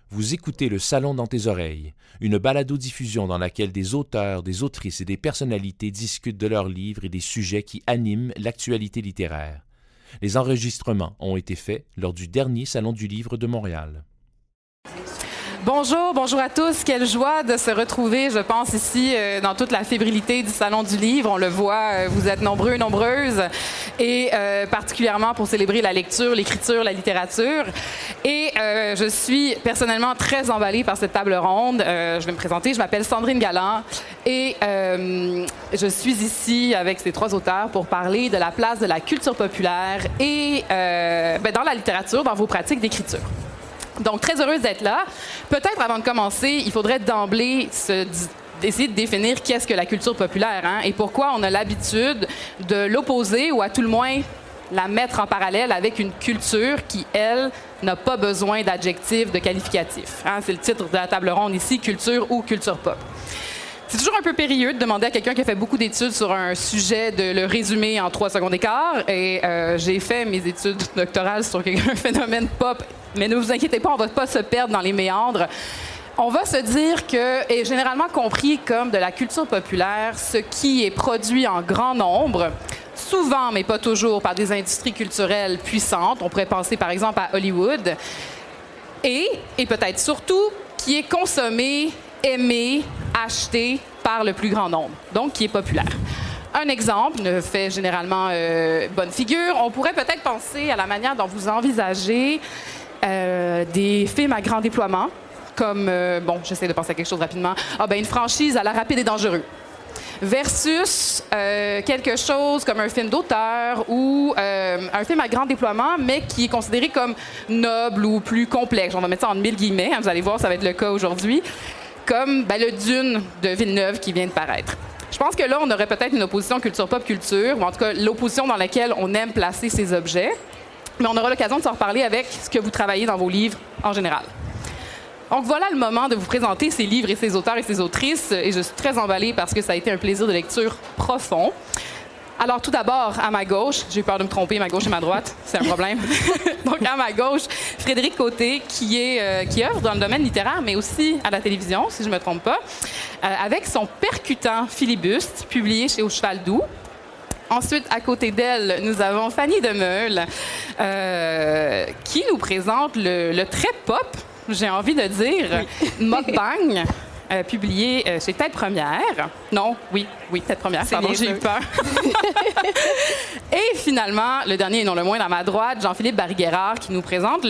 Vous écoutez Le Salon dans tes oreilles, une balado-diffusion dans laquelle des auteurs, des autrices et des personnalités discutent de leurs livres et des sujets qui animent l'actualité littéraire. Les enregistrements ont été faits lors du dernier Salon du Livre de Montréal. Bonjour à tous. Quelle joie de se retrouver, je pense, ici dans toute la fébrilité du Salon du Livre. On le voit, vous êtes nombreux, nombreuses, et particulièrement pour célébrer la lecture, l'écriture, la littérature. Et je suis personnellement très emballée par cette table ronde. Je vais me présenter. Je m'appelle Sandrine Galland et je suis ici avec ces trois auteurs pour parler de la place de la culture populaire et dans la littérature, dans vos pratiques d'écriture. Donc, très heureuse d'être là. Peut-être, avant de commencer, il faudrait d'emblée essayer de définir qu'est-ce que la culture populaire, et pourquoi on a l'habitude de l'opposer ou à tout le moins la mettre en parallèle avec une culture qui, elle, n'a pas besoin d'adjectifs, de qualificatifs. C'est le titre de la table ronde ici, culture ou culture pop. C'est toujours un peu périlleux de demander à quelqu'un qui a fait beaucoup d'études sur un sujet de le résumer en 3 secondes et quart. Et j'ai fait mes études doctorales sur un phénomène pop. Mais ne vous inquiétez pas, on ne va pas se perdre dans les méandres. On va se dire que est généralement compris comme de la culture populaire ce qui est produit en grand nombre, souvent, mais pas toujours, par des industries culturelles puissantes. On pourrait penser par exemple à Hollywood. Et peut-être surtout, qui est consommé, aimé, acheté par le plus grand nombre, donc qui est populaire. Un exemple ne fait généralement bonne figure. On pourrait peut-être penser à la manière dont vous envisagez des films à grand déploiement, comme, j'essaie de penser à quelque chose rapidement, une franchise à la Rapide et Dangereux, versus quelque chose comme un film d'auteur ou un film à grand déploiement, mais qui est considéré comme noble ou plus complexe. On va mettre ça en 1000 guillemets, vous allez voir, ça va être le cas aujourd'hui, comme le Dune de Villeneuve qui vient de paraître. Je pense que là, on aurait peut-être une opposition culture pop-culture, ou en tout cas l'opposition dans laquelle on aime placer ces objets. Mais on aura l'occasion de s'en reparler avec ce que vous travaillez dans vos livres en général. Donc voilà le moment de vous présenter ces livres et ces auteurs et ces autrices. Et je suis très emballée parce que ça a été un plaisir de lecture profond. Alors tout d'abord, à ma gauche, j'ai eu peur de me tromper, ma gauche et ma droite, c'est un problème. Donc à ma gauche, Frédéric Côté, qui œuvre dans le domaine littéraire, mais aussi à la télévision, si je ne me trompe pas, avec son percutant Filibuste, publié chez Au Cheval Doux. Ensuite, à côté d'elle, nous avons Fanny Demeule, qui nous présente le très pop, j'ai envie de dire, Mukbang, publié chez Tête Première. Non, oui, Tête Première, pardon, j'ai eu peur. Et finalement, le dernier et non le moindre, à ma droite, Jean-Philippe Barry-Guerrard, qui nous présente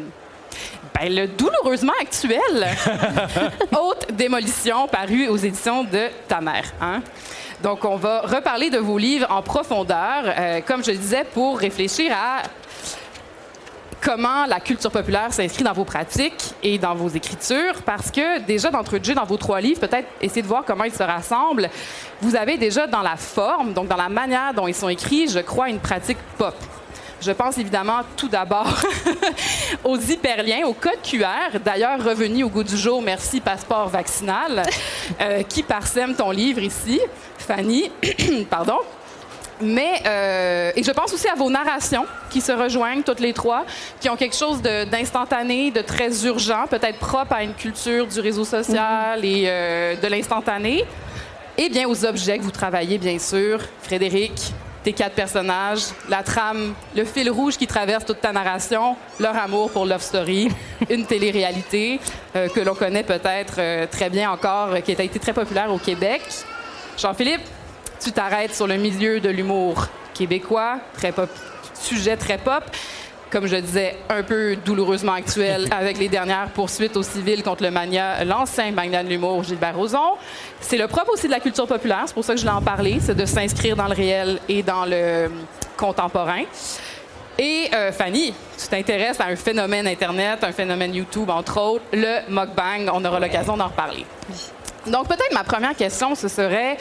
le douloureusement actuel Haute Démolition, paru aux éditions de Ta Mère. Donc, on va reparler de vos livres en profondeur, comme je le disais, pour réfléchir à comment la culture populaire s'inscrit dans vos pratiques et dans vos écritures, parce que déjà d'entrée de jeu dans vos 3 livres, peut-être essayer de voir comment ils se rassemblent, vous avez déjà dans la forme, donc dans la manière dont ils sont écrits, je crois, une pratique pop. Je pense évidemment tout d'abord aux hyperliens, au code QR, d'ailleurs revenu au goût du jour, merci passeport vaccinal, qui parsème ton livre ici, Fanny, pardon. Mais, et je pense aussi à vos narrations qui se rejoignent toutes les 3, qui ont quelque chose d'instantané, de très urgent, peut-être propre à une culture du réseau social et de l'instantané. Et bien aux objets que vous travaillez, bien sûr, Frédéric, tes 4 personnages, la trame, le fil rouge qui traverse toute ta narration, leur amour pour Love Story, une télé-réalité que l'on connaît peut-être très bien encore, qui a été très populaire au Québec. Jean-Philippe, tu t'arrêtes sur le milieu de l'humour québécois, très pop, sujet très pop, comme je disais, un peu douloureusement actuel avec les dernières poursuites au civil contre l'ancien magnat de l'humour Gilbert Rozon. C'est le propre aussi de la culture populaire, c'est pour ça que je voulais en parler, c'est de s'inscrire dans le réel et dans le contemporain. Et Fanny, tu t'intéresses à un phénomène Internet, un phénomène YouTube, entre autres, le mukbang. On aura l'occasion d'en reparler. Donc peut-être ma première question, ce serait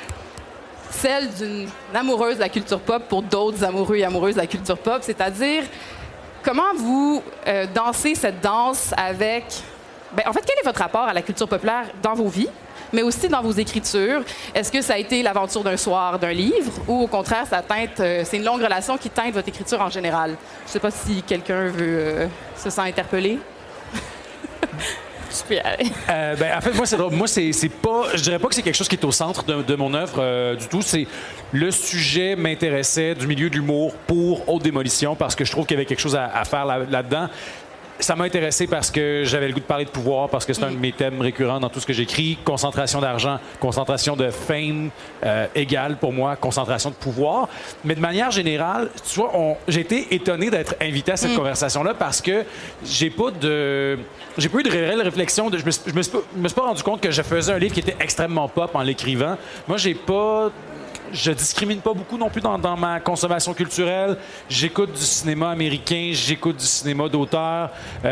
celle d'une amoureuse de la culture pop pour d'autres amoureux et amoureuses de la culture pop, c'est-à-dire comment vous dansez cette danse avec... en fait, quel est votre rapport à la culture populaire dans vos vies, mais aussi dans vos écritures? Est-ce que ça a été l'aventure d'un soir, d'un livre, ou au contraire, ça teinte, c'est une longue relation qui teinte votre écriture en général? Je ne sais pas si quelqu'un veut se sent interpellé. Tu peux y aller. En fait, moi, c'est drôle. Moi, c'est pas... Je dirais pas que c'est quelque chose qui est au centre de mon œuvre du tout. C'est le sujet m'intéressait du milieu de l'humour pour Haute Démolition parce que je trouve qu'il y avait quelque chose à faire là-dedans. Ça m'a intéressé parce que j'avais le goût de parler de pouvoir, parce que c'est un de mes thèmes récurrents dans tout ce que j'écris. Concentration d'argent, concentration de fame égale pour moi concentration de pouvoir. Mais de manière générale, tu vois, j'ai été étonné d'être invité à cette conversation-là parce que j'ai pas eu de réelle réflexion. Je me suis pas rendu compte que je faisais un livre qui était extrêmement pop en l'écrivant. Moi, je discrimine pas beaucoup non plus dans ma consommation culturelle. J'écoute du cinéma américain, j'écoute du cinéma d'auteur.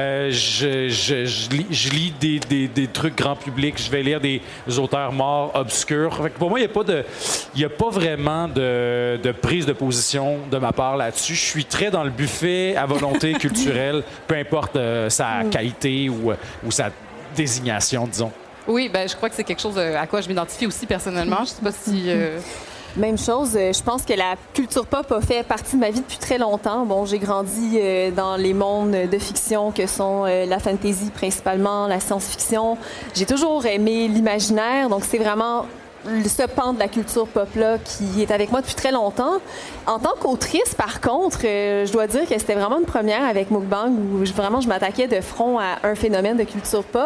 Je lis des trucs grand public. Je vais lire des auteurs morts, obscurs. Fait que pour moi, il n'y a pas vraiment de prise de position de ma part là-dessus. Je suis très dans le buffet à volonté culturelle, peu importe sa qualité ou sa désignation, disons. Oui, ben je crois que c'est quelque chose à quoi je m'identifie aussi personnellement. Je sais pas si... Même chose, je pense que la culture pop a fait partie de ma vie depuis très longtemps. Bon, j'ai grandi dans les mondes de fiction que sont la fantasy principalement, la science-fiction. J'ai toujours aimé l'imaginaire, donc c'est vraiment ce pan de la culture pop-là qui est avec moi depuis très longtemps. En tant qu'autrice, par contre, je dois dire que c'était vraiment une première avec Mukbang où je m'attaquais de front à un phénomène de culture pop.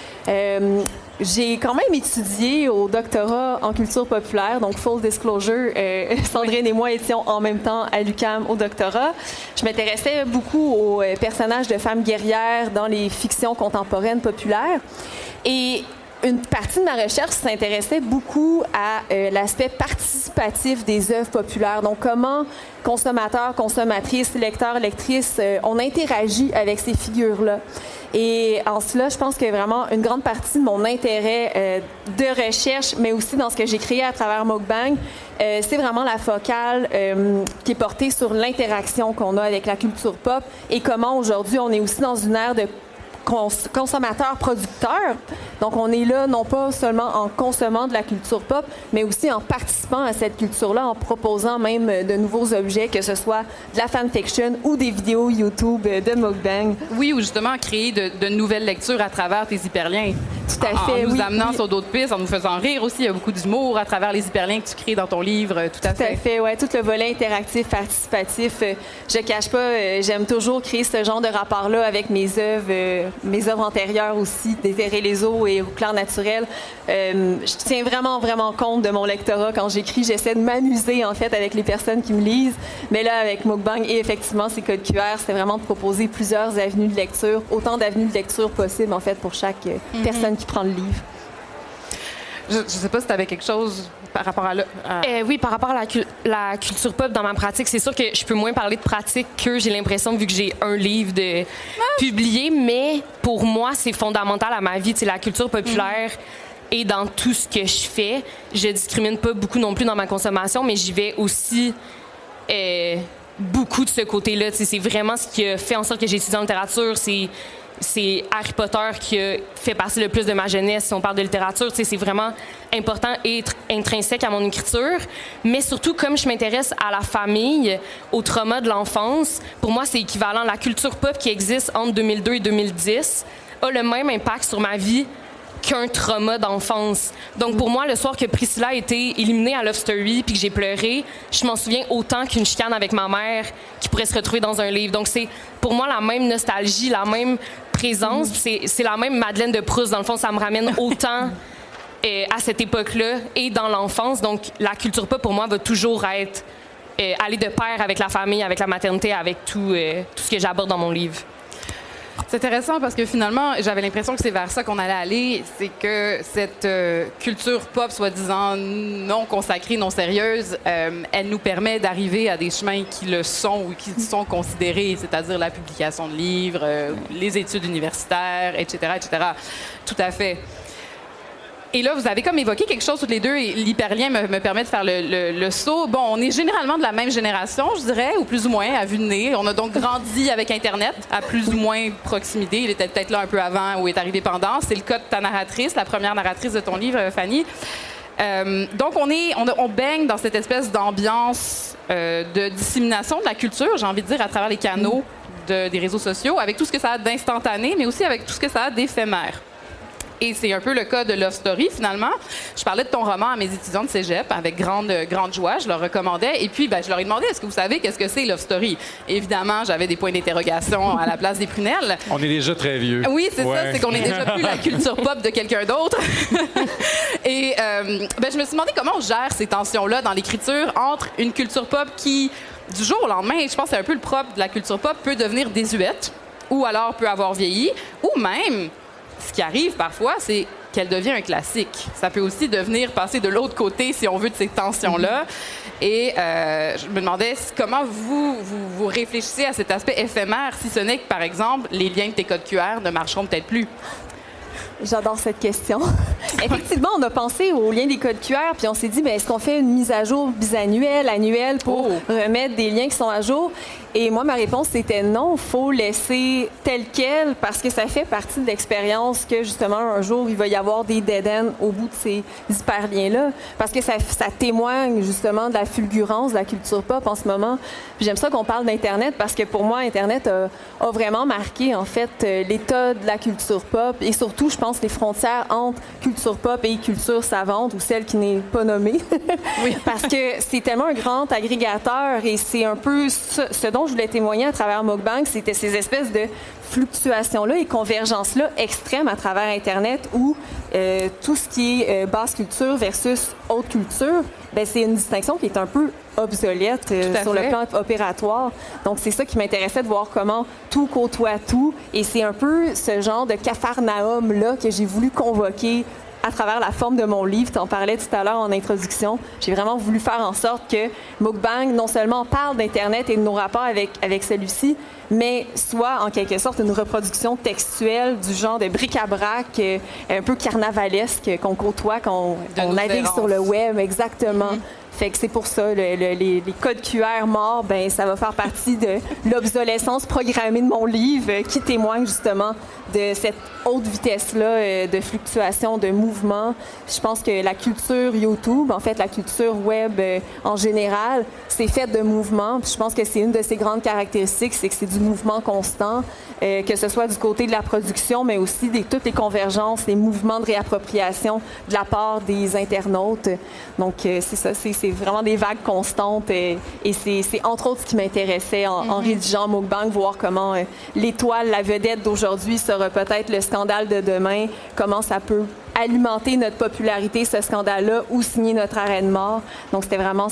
J'ai quand même étudié au doctorat en culture populaire, donc full disclosure, Sandrine et moi étions en même temps à l'UQAM au doctorat. Je m'intéressais beaucoup aux personnages de femmes guerrières dans les fictions contemporaines populaires. Et une partie de ma recherche s'intéressait beaucoup à l'aspect participatif des œuvres populaires. Donc, comment consommateurs, consommatrices, lecteurs, lectrices, on interagit avec ces figures-là. Et en cela, je pense que vraiment une grande partie de mon intérêt de recherche, mais aussi dans ce que j'ai créé à travers Mukbang, c'est vraiment la focale qui est portée sur l'interaction qu'on a avec la culture pop et comment aujourd'hui on est aussi dans une ère de consommateurs-producteurs. Donc, on est là non pas seulement en consommant de la culture pop, mais aussi en participant à cette culture-là, en proposant même de nouveaux objets, que ce soit de la fanfiction ou des vidéos YouTube de Mukbang. Oui, ou justement créer de nouvelles lectures à travers tes hyperliens. Tout à fait, en nous amenant sur d'autres pistes, en nous faisant rire aussi. Il y a beaucoup d'humour à travers les hyperliens que tu crées dans ton livre. Tout à fait, oui. Tout le volet interactif, participatif. Je cache pas, j'aime toujours créer ce genre de rapport-là avec mes œuvres antérieures aussi, Déterrer les eaux et Au clair naturel. Je tiens vraiment, vraiment compte de mon lectorat quand j'écris. J'essaie de m'amuser, en fait, avec les personnes qui me lisent. Mais là, avec Mukbang et effectivement, ces codes QR, c'est vraiment de proposer plusieurs avenues de lecture, autant d'avenues de lecture possibles, en fait, pour chaque personne qui prend le livre. Je ne sais pas si tu avais quelque chose par rapport à... Oui, par rapport à la culture pop dans ma pratique, c'est sûr que je peux moins parler de pratique que j'ai l'impression, vu que j'ai un livre de publié, mais pour moi, c'est fondamental à ma vie. La culture populaire et dans tout ce que je fais, je discrimine pas beaucoup non plus dans ma consommation, mais j'y vais aussi beaucoup de ce côté-là. C'est vraiment ce qui a fait en sorte que j'ai étudié en littérature. C'est Harry Potter qui a fait passer le plus de ma jeunesse. Si on parle de littérature, c'est vraiment important et intrinsèque à mon écriture. Mais surtout, comme je m'intéresse à la famille, au trauma de l'enfance, pour moi, c'est équivalent. La culture pop qui existe entre 2002 et 2010 a le même impact sur ma vie qu'un trauma d'enfance. Donc, pour moi, le soir que Priscilla a été éliminée à Love Story puis que j'ai pleuré, je m'en souviens autant qu'une chicane avec ma mère qui pourrait se retrouver dans un livre. Donc, c'est pour moi la même nostalgie, la même présence. C'est la même Madeleine de Proust. Dans le fond, ça me ramène autant à cette époque-là et dans l'enfance. Donc, la culture pop, pour moi, va toujours être aller de pair avec la famille, avec la maternité, avec tout ce que j'aborde dans mon livre. C'est intéressant parce que finalement, j'avais l'impression que c'est vers ça qu'on allait aller. C'est que cette culture pop, soi-disant non consacrée, non sérieuse, elle nous permet d'arriver à des chemins qui le sont ou qui sont considérés, c'est-à-dire la publication de livres, les études universitaires, etc., etc. Tout à fait. Et là, vous avez comme évoqué quelque chose toutes les deux, et l'hyperlien me permet de faire le saut. Bon, on est généralement de la même génération, je dirais, ou plus ou moins, à vue de nez. On a donc grandi avec Internet, à plus ou moins proximité. Il était peut-être là un peu avant ou est arrivé pendant. C'est le cas de ta narratrice, la première narratrice de ton livre, Fanny. Donc, on baigne dans cette espèce d'ambiance de dissémination de la culture, j'ai envie de dire, à travers les canaux des réseaux sociaux, avec tout ce que ça a d'instantané, mais aussi avec tout ce que ça a d'éphémère. Et c'est un peu le cas de Love Story, finalement. Je parlais de ton roman à mes étudiants de cégep avec grande joie. Je leur recommandais. Et puis, je leur ai demandé, est-ce que vous savez qu'est-ce que c'est Love Story? Évidemment, j'avais des points d'interrogation à la place des prunelles. On est déjà très vieux. Oui, c'est ça. C'est qu'on est déjà plus la culture pop de quelqu'un d'autre. Et je me suis demandé comment on gère ces tensions-là dans l'écriture entre une culture pop qui, du jour au lendemain, je pense que c'est un peu le propre de la culture pop, peut devenir désuète ou alors peut avoir vieilli, ou même, ce qui arrive parfois, c'est qu'elle devient un classique. Ça peut aussi devenir passer de l'autre côté, si on veut, de ces tensions-là. Et je me demandais comment vous réfléchissez à cet aspect éphémère, si ce n'est que, par exemple, les liens de tes codes QR ne marcheront peut-être plus. J'adore cette question. Effectivement, on a pensé au lien des codes QR, puis on s'est dit, est-ce qu'on fait une mise à jour bisannuelle, annuelle, pour remettre des liens qui sont à jour? Et moi, ma réponse, c'était non, il faut laisser tel quel, parce que ça fait partie de l'expérience que, justement, un jour, il va y avoir des dead-ends au bout de ces hyperliens-là, parce que ça témoigne, justement, de la fulgurance de la culture pop en ce moment. Puis j'aime ça qu'on parle d'Internet, parce que pour moi, Internet a vraiment marqué, en fait, l'état de la culture pop, et surtout, je pense, les frontières entre culture pop et culture savante, ou celle qui n'est pas nommée. Oui. Parce que c'est tellement un grand agrégateur, et c'est un peu ce dont je voulais témoigner à travers Mukbang, c'était ces espèces de fluctuations-là et convergences-là extrêmes à travers Internet où tout ce qui est basse culture versus haute culture, c'est une distinction qui est un peu obsolète sur le plan opératoire. Donc, c'est ça qui m'intéressait de voir comment tout côtoie tout. Et c'est un peu ce genre de capharnaüm-là que j'ai voulu convoquer à travers la forme de mon livre. Tu en parlais tout à l'heure en introduction. J'ai vraiment voulu faire en sorte que Mukbang, non seulement parle d'Internet et de nos rapports avec celui-ci, mais soit en quelque sorte une reproduction textuelle du genre de bric-à-brac un peu carnavalesque qu'on côtoie quand on navigue sur le web. Exactement. Fait que c'est pour ça, les codes QR morts, ça va faire partie de l'obsolescence programmée de mon livre qui témoigne justement de cette haute vitesse-là de fluctuation, de mouvement. Je pense que la culture YouTube, en fait, la culture web en général, c'est faite de mouvement. Puis je pense que c'est une de ses grandes caractéristiques, c'est que c'est du mouvement constant, que ce soit du côté de la production, mais aussi toutes les convergences, les mouvements de réappropriation de la part des internautes. Donc, c'est ça, c'est vraiment des vagues constantes et c'est entre autres ce qui m'intéressait en rédigeant Mukbang, voir comment l'étoile, la vedette d'aujourd'hui sera peut-être le scandale de demain, comment ça peut alimenter notre popularité, ce scandale-là, ou signer notre arrêt de mort. Donc, c'était vraiment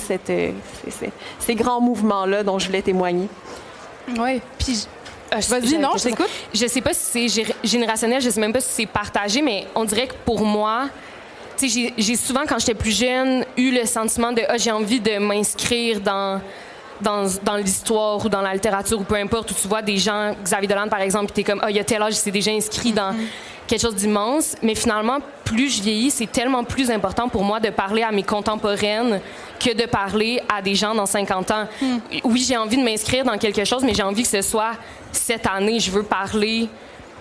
ces grands mouvements-là dont je voulais témoigner. Oui, puis... Vas-y, non, je t'écoute. Je sais pas si c'est générationnel, je sais même pas si c'est partagé, mais on dirait que pour moi... Tu sais, j'ai souvent, quand j'étais plus jeune, eu le sentiment de j'ai envie de m'inscrire dans l'histoire ou dans la littérature ou peu importe, où tu vois des gens, Xavier Dolan par exemple, puis t'es comme il y a tel âge, il s'est déjà inscrit dans quelque chose d'immense. Mais finalement, plus je vieillis, c'est tellement plus important pour moi de parler à mes contemporaines que de parler à des gens dans 50 ans. Oui, j'ai envie de m'inscrire dans quelque chose, mais j'ai envie que ce soit cette année. Je veux parler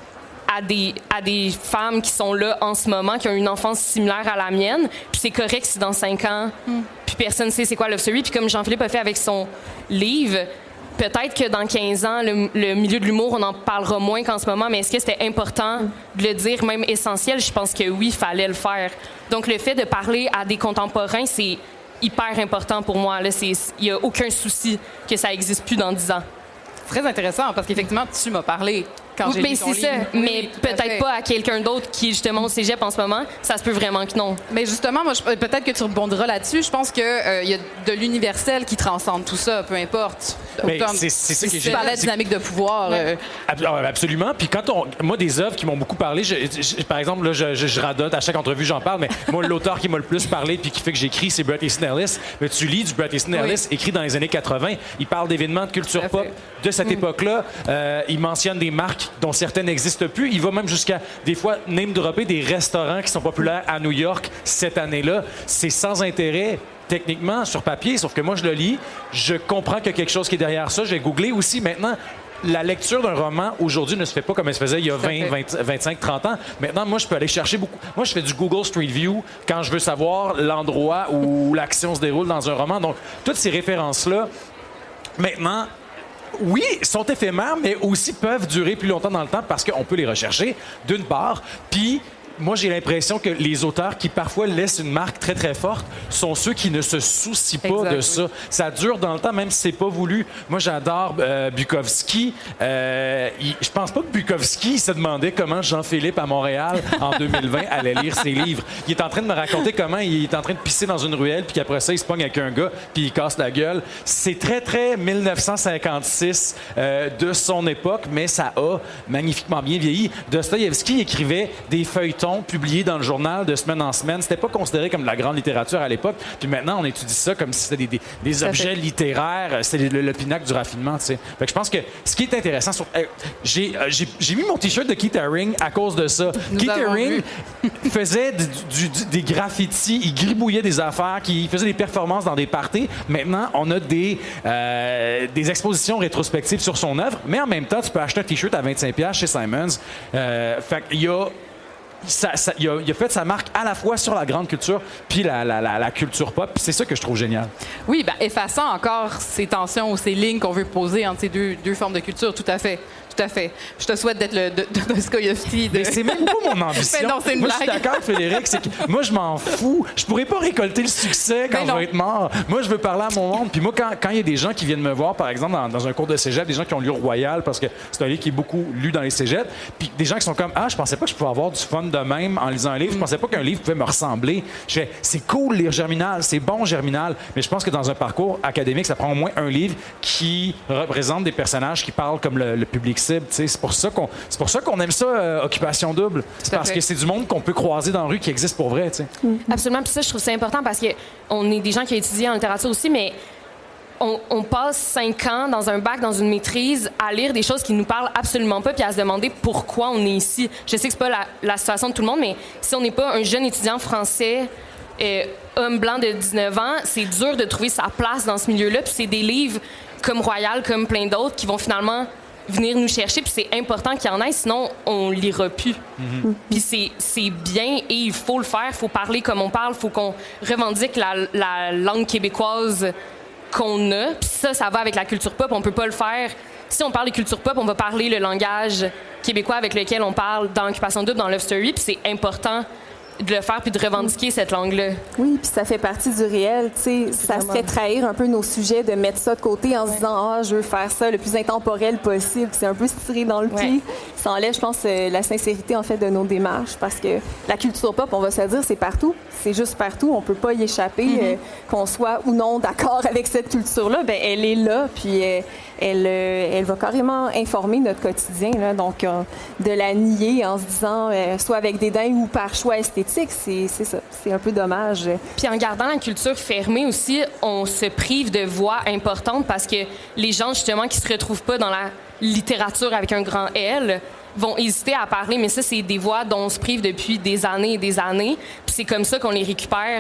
à des femmes qui sont là en ce moment, qui ont une enfance similaire à la mienne. Puis c'est correct si dans 5 ans, puis personne ne sait c'est quoi Love Story. Puis comme Jean-Philippe a fait avec son livre, peut-être que dans 15 ans, le milieu de l'humour, on en parlera moins qu'en ce moment, mais est-ce que c'était important de le dire, même essentiel? Je pense que oui, il fallait le faire. Donc le fait de parler à des contemporains, c'est hyper important pour moi. Il n'y a aucun souci que ça n'existe plus dans 10 ans. Très intéressant, parce qu'effectivement, tu m'as parlé quand j'ai lu ton livre. C'est ça, mais peut-être pas à quelqu'un d'autre qui est justement au cégep en ce moment. Ça se peut vraiment que non. Mais justement, moi, peut-être que tu rebondiras là-dessus. Je pense qu'il y a de l'universel qui transcende tout ça, peu importe. C'est ça que tu parlais de dynamique de pouvoir. Absolument. Puis moi, des œuvres qui m'ont beaucoup parlé, par exemple, là, je radote, à chaque entrevue, j'en parle, mais moi, l'auteur qui m'a le plus parlé puis qui fait que j'écris, c'est Bret Easton Ellis. Mais tu lis du Bret Easton Ellis, écrit dans les années 80. Il parle d'événements de culture pop de cette époque-là. Il mentionne des marques dont certaines n'existent plus. Il va même jusqu'à, des fois, name-dropper des restaurants qui sont populaires à New York cette année-là. C'est sans intérêt, techniquement, sur papier, sauf que moi, je le lis. Je comprends qu'il y a quelque chose qui est derrière ça. J'ai googlé aussi. Maintenant, la lecture d'un roman, aujourd'hui, ne se fait pas comme elle se faisait il y a 25, 30 ans. Maintenant, moi, je peux aller chercher beaucoup. Moi, je fais du Google Street View quand je veux savoir l'endroit où l'action se déroule dans un roman. Donc, toutes ces références-là, maintenant... Oui, sont éphémères, mais aussi peuvent durer plus longtemps dans le temps parce qu'on peut les rechercher, d'une part. Puis, moi, j'ai l'impression que les auteurs qui parfois laissent une marque très, très forte sont ceux qui ne se soucient pas de ça. Ça dure dans le temps, même si c'est pas voulu. Moi, j'adore Bukowski. Je pense pas que Bukowski se demandait comment Jean-Philippe à Montréal, en 2020, allait lire ses livres. Il est en train de me raconter comment il est en train de piscer dans une ruelle, puis qu'après ça, il se pogne avec un gars, puis il casse la gueule. C'est très, très 1956 de son époque, mais ça a magnifiquement bien vieilli. Dostoïevski écrivait des feuilletons publiés dans le journal de semaine en semaine. C'était pas considéré comme de la grande littérature à l'époque. Puis maintenant, on étudie ça comme si c'était des objets littéraires. C'est le pinacle du raffinement, tu sais. Fait que je pense que ce qui est intéressant... J'ai mis mon T-shirt de Keith Haring à cause de ça. Keith Haring faisait des graffitis, il gribouillait des affaires, il faisait des performances dans des parties. Maintenant, on a des expositions rétrospectives sur son œuvre, mais en même temps, tu peux acheter un T-shirt à 25$ chez Simons. Fait qu'il il a fait sa marque à la fois sur la grande culture puis la culture pop. Puis c'est ça que je trouve génial. Oui, effaçant encore ces tensions ou ces lignes qu'on veut poser entre ces deux formes de culture, tout à fait. Tout à fait. Je te souhaite d'être le Dostoïevski. Mais c'est même pas mon ambition. Mais non, c'est une blague. Je suis d'accord, Frédéric. C'est que moi, je m'en fous. Je pourrais pas récolter le succès quand je vais être mort. Moi, je veux parler à mon monde. Puis moi, quand il y a des gens qui viennent me voir, par exemple, dans un cours de cégep, des gens qui ont lu Royal, parce que c'est un livre qui est beaucoup lu dans les cégeps, puis des gens qui sont comme « Ah, je pensais pas que je pouvais avoir du fun de même en lisant un livre. Je pensais pas qu'un livre pouvait me ressembler. » Je fais « C'est cool lire Germinal, c'est bon Germinal. » Mais je pense que dans un parcours académique, ça prend au moins un livre qui représente des personnages qui parlent comme le public cible. C'est pour ça qu'on aime ça, Occupation Double. C'est parce que c'est du monde qu'on peut croiser dans la rue qui existe pour vrai. Absolument. Puis ça, je trouve ça important parce qu'on est des gens qui ont étudié en littérature aussi, mais on passe 5 ans dans un bac, dans une maîtrise, à lire des choses qui nous parlent absolument pas, puis à se demander pourquoi on est ici. Je sais que c'est pas la situation de tout le monde, mais si on n'est pas un jeune étudiant français, homme blanc de 19 ans, c'est dur de trouver sa place dans ce milieu-là. Puis c'est des livres comme Royal, comme plein d'autres, qui vont finalement venir nous chercher, puis c'est important qu'il y en ait, sinon on lira plus. Puis c'est bien et il faut le faire, il faut parler comme on parle, il faut qu'on revendique la langue québécoise qu'on a, puis ça va avec la culture pop, on peut pas le faire. Si on parle de culture pop, on va parler le langage québécois avec lequel on parle dans Occupation Double, dans Love Story, puis c'est important de le faire puis de revendiquer cette langue-là. Oui, puis ça fait partie du réel, tu sais. Ça se fait trahir un peu nos sujets, de mettre ça de côté en se disant « Ah, je veux faire ça le plus intemporel possible ». C'est un peu se tirer dans le pied. Ça enlève, je pense, la sincérité, en fait, de nos démarches, parce que la culture pop, on va se dire, c'est partout. C'est juste partout. On peut pas y échapper. Qu'on soit ou non d'accord avec cette culture-là, ben elle est là, puis elle va carrément informer notre quotidien, là. Donc, de la nier en se disant, soit avec dédain ou par choix esthétique, c'est ça. C'est un peu dommage. Puis en gardant la culture fermée aussi, on se prive de voix importantes parce que les gens, justement, qui se retrouvent pas dans la littérature avec un grand L, vont hésiter à parler. Mais ça, c'est des voix dont on se prive depuis des années et des années. Puis c'est comme ça qu'on les récupère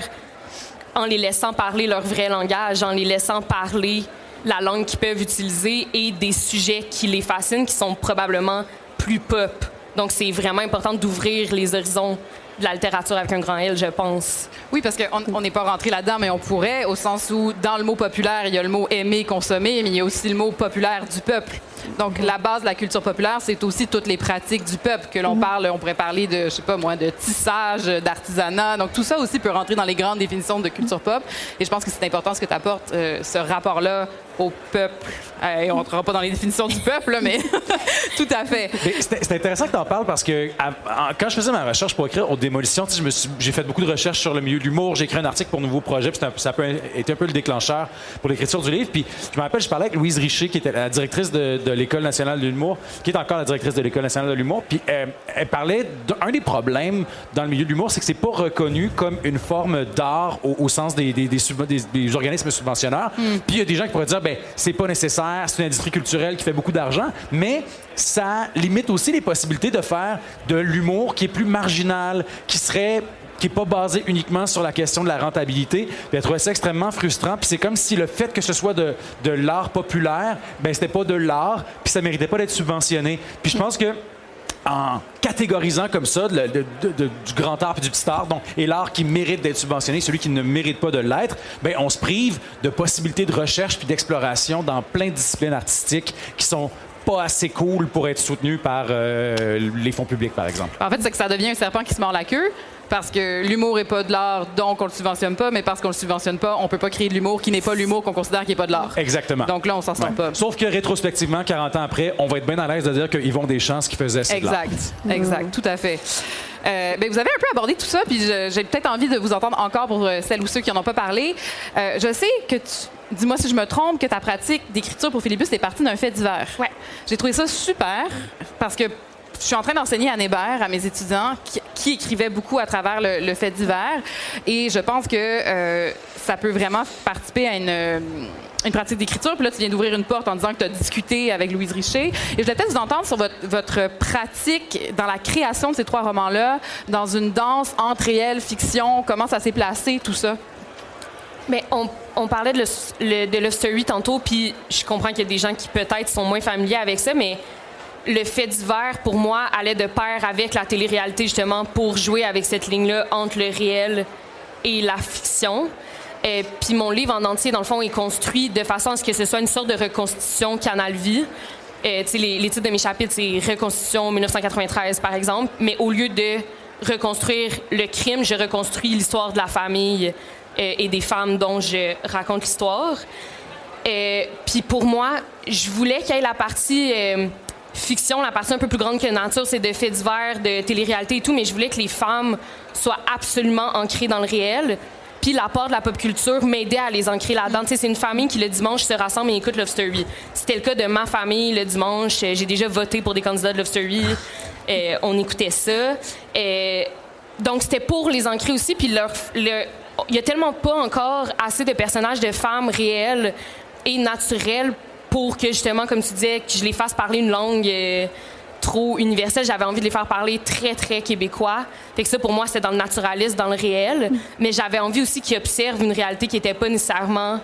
en les laissant parler leur vrai langage, en les laissant parler la langue qu'ils peuvent utiliser et des sujets qui les fascinent, qui sont probablement plus pop. Donc, c'est vraiment important d'ouvrir les horizons de la littérature avec un grand L, je pense. Oui, parce qu'on n'est pas rentré là-dedans, mais on pourrait, au sens où, dans le mot populaire, il y a le mot aimer, consommer, mais il y a aussi le mot populaire du peuple. Donc, la base de la culture populaire, c'est aussi toutes les pratiques du peuple que l'on parle. On pourrait parler de, je sais pas moi, de tissage, d'artisanat. Donc, tout ça aussi peut rentrer dans les grandes définitions de culture pop. Et je pense que c'est important ce que tu apportes, ce rapport-là au peuple. Et on ne rentrera pas dans les définitions du peuple, là, mais tout à fait. C'est intéressant que tu en parles parce que quand je faisais ma recherche pour écrire aux démolitions, j'ai fait beaucoup de recherches sur le milieu de l'humour. J'ai écrit un article pour Nouveau Projet, puis ça a été un peu le déclencheur pour l'écriture du livre. Puis je me rappelle, je parlais avec Louise Richer, qui était la directrice de l'École nationale de l'humour, qui est encore la directrice de l'École nationale de l'humour. Puis elle parlait d'un des problèmes dans le milieu de l'humour, c'est que c'est pas reconnu comme une forme d'art au sens des organismes subventionneurs. Puis il y a des gens qui pourraient dire, ben c'est pas nécessaire, c'est une industrie culturelle qui fait beaucoup d'argent, mais ça limite aussi les possibilités de faire de l'humour qui est plus marginal, qui n'est pas basé uniquement sur la question de la rentabilité. Puis elle trouvait ça extrêmement frustrant. Puis c'est comme si le fait que ce soit de l'art populaire, ben c'était pas de l'art, puis ça méritait pas d'être subventionné. Puis je pense que en catégorisant comme ça du grand art et du petit art, donc, et l'art qui mérite d'être subventionné, celui qui ne mérite pas de l'être, ben on se prive de possibilités de recherche puis d'exploration dans plein de disciplines artistiques qui sont pas assez cool pour être soutenu par les fonds publics, par exemple. En fait, c'est que ça devient un serpent qui se mord la queue. Parce que l'humour n'est pas de l'art, donc on le subventionne pas, mais parce qu'on le subventionne pas, on peut pas créer de l'humour qui n'est pas l'humour qu'on considère qui n'est pas de l'art. Exactement. Donc là, on s'en sort pas. Sauf que rétrospectivement, 40 ans après, on va être bien à l'aise de dire qu'Yvon Deschamps, ce qu'il faisait, c'est de l'art. Exact, tout à fait. Ben, vous avez un peu abordé tout ça, puis j'ai peut-être envie de vous entendre encore pour celles ou ceux qui n'en ont pas parlé. Je sais que dis-moi si je me trompe, que ta pratique d'écriture pour Philibus est partie d'un fait divers. Ouais. J'ai trouvé ça super, parce que je suis en train d'enseigner à Hébert à mes étudiants qui écrivaient beaucoup à travers le fait divers. Et je pense que ça peut vraiment participer à une pratique d'écriture. Puis là, tu viens d'ouvrir une porte en disant que tu as discuté avec Louise Richer. Et je voulais peut-être vous entendre sur votre pratique dans la création de ces 3 romans-là, dans une danse entre réel, fiction. Comment ça s'est placé, tout ça? Bien, on parlait de Love Story tantôt, puis je comprends qu'il y a des gens qui peut-être sont moins familiers avec ça, mais le fait divers, pour moi, allait de pair avec la télé-réalité, justement, pour jouer avec cette ligne-là entre le réel et la fiction. Puis mon livre en entier, dans le fond, est construit de façon à ce que ce soit une sorte de reconstitution Canal Vie. Les titres de mes chapitres, c'est Reconstitution 1993, par exemple. Mais au lieu de reconstruire le crime, je reconstruis l'histoire de la famille et des femmes dont je raconte l'histoire. Puis pour moi, je voulais qu'il y ait la partie... fiction, la partie un peu plus grande que nature, c'est de faits divers, de télé-réalité et tout, mais je voulais que les femmes soient absolument ancrées dans le réel. Puis l'apport de la pop culture m'aidait à les ancrer là-dedans. Tu sais, c'est une famille qui, le dimanche, se rassemble et écoute Love Story. C'était le cas de ma famille le dimanche. J'ai déjà voté pour des candidats de Love Story. On écoutait ça. Donc, c'était pour les ancrer aussi. Puis il y a tellement pas encore assez de personnages de femmes réelles et naturelles pour que, justement, comme tu disais, que je les fasse parler une langue trop universelle. J'avais envie de les faire parler très, très québécois. Fait que ça, pour moi, c'était dans le naturalisme, dans le réel. Mais j'avais envie aussi qu'ils observent une réalité qui n'était pas nécessairement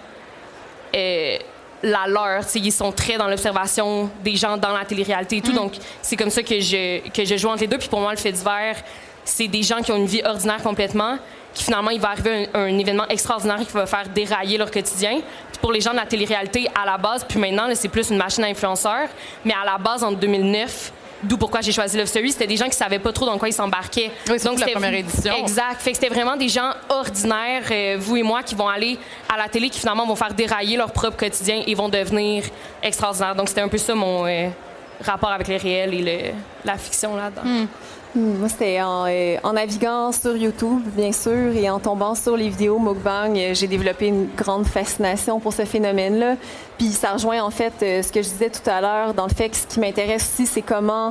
la leur. T'sais, ils sont très dans l'observation des gens dans la télé-réalité et tout. Donc, c'est comme ça que je joue entre les deux. Puis pour moi, le fait divers, c'est des gens qui ont une vie ordinaire complètement, qui finalement, il va arriver un événement extraordinaire qui va faire dérailler leur quotidien. Puis pour les gens de la télé-réalité, à la base, puis maintenant, là, c'est plus une machine à influenceurs, mais à la base, en 2009, d'où pourquoi j'ai choisi Love Story, c'était des gens qui savaient pas trop dans quoi ils s'embarquaient. Oui, donc la première édition. Exact. Fait que c'était vraiment des gens ordinaires, vous et moi, qui vont aller à la télé, qui finalement vont faire dérailler leur propre quotidien et vont devenir extraordinaires. Donc c'était un peu ça mon rapport avec le réel et la fiction là-dedans. Moi, c'était en naviguant sur YouTube, bien sûr, et en tombant sur les vidéos mukbang, j'ai développé une grande fascination pour ce phénomène-là. Puis ça rejoint, en fait, ce que je disais tout à l'heure, dans le fait que ce qui m'intéresse aussi, c'est comment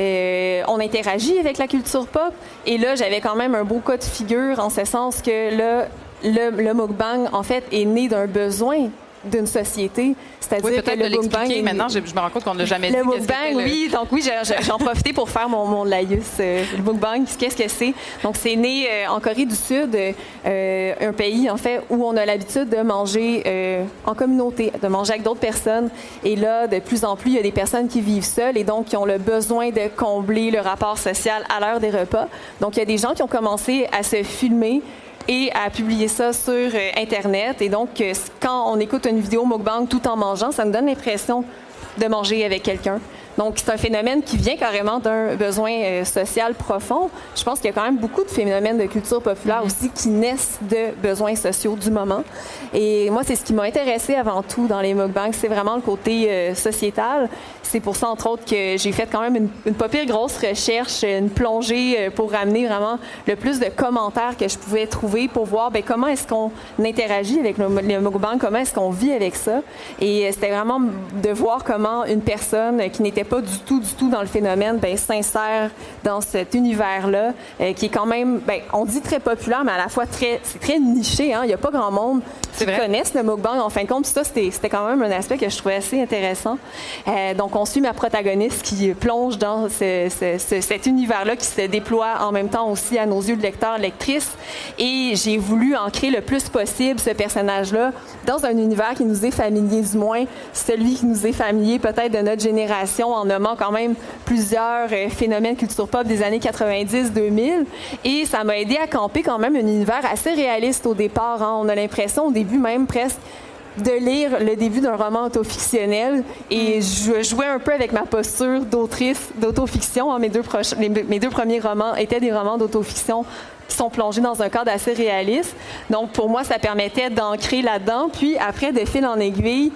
on interagit avec la culture pop. Et là, j'avais quand même un beau cas de figure, en ce sens que là, le mukbang, en fait, est né d'un besoin d'une société. C'est-à-dire que le mukbang... Maintenant, je me rends compte qu'on ne l'a jamais dit. Le mukbang, oui. Donc oui, j'en profitais pour faire mon laïus. Le mukbang, qu'est-ce que c'est? Donc c'est né en Corée du Sud, un pays, en fait, où on a l'habitude de manger en communauté, de manger avec d'autres personnes. Et là, de plus en plus, il y a des personnes qui vivent seules et donc qui ont le besoin de combler le rapport social à l'heure des repas. Donc il y a des gens qui ont commencé à se filmer et à publier ça sur Internet. Et donc, quand on écoute une vidéo mukbang tout en mangeant, ça nous donne l'impression de manger avec quelqu'un. Donc, c'est un phénomène qui vient carrément d'un besoin social profond. Je pense qu'il y a quand même beaucoup de phénomènes de culture populaire aussi qui naissent de besoins sociaux du moment. Et moi, c'est ce qui m'a intéressée avant tout dans les mukbangs, c'est vraiment le côté sociétal. C'est pour ça, entre autres, que j'ai fait quand même une pas pire grosse recherche, une plongée pour ramener vraiment le plus de commentaires que je pouvais trouver pour voir comment est-ce qu'on interagit avec le mukbang, comment est-ce qu'on vit avec ça. Et c'était vraiment de voir comment une personne qui n'était pas du tout dans le phénomène s'insère dans cet univers-là, qui est quand même, on dit très populaire, mais à la fois c'est très niché. Hein? Il n'y a pas grand monde qui connaissent le mukbang. En fin de compte, ça, c'était quand même un aspect que je trouvais assez intéressant. Donc, on suit ma protagoniste qui plonge dans cet univers-là qui se déploie en même temps aussi à nos yeux de lecteurs, lectrices. Et j'ai voulu ancrer le plus possible ce personnage-là dans un univers qui nous est familier, du moins celui qui nous est familier peut-être de notre génération, en nommant quand même plusieurs phénomènes culture pop des années 90-2000. Et ça m'a aidé à camper quand même un univers assez réaliste au départ. Hein. On a l'impression au début même presque de lire le début d'un roman autofictionnel et je jouais un peu avec ma posture d'autrice d'autofiction. Mes deux premiers romans étaient des romans d'autofiction qui sont plongés dans un cadre assez réaliste. Donc, pour moi, ça permettait d'ancrer là-dedans. Puis, après, de fil en aiguille,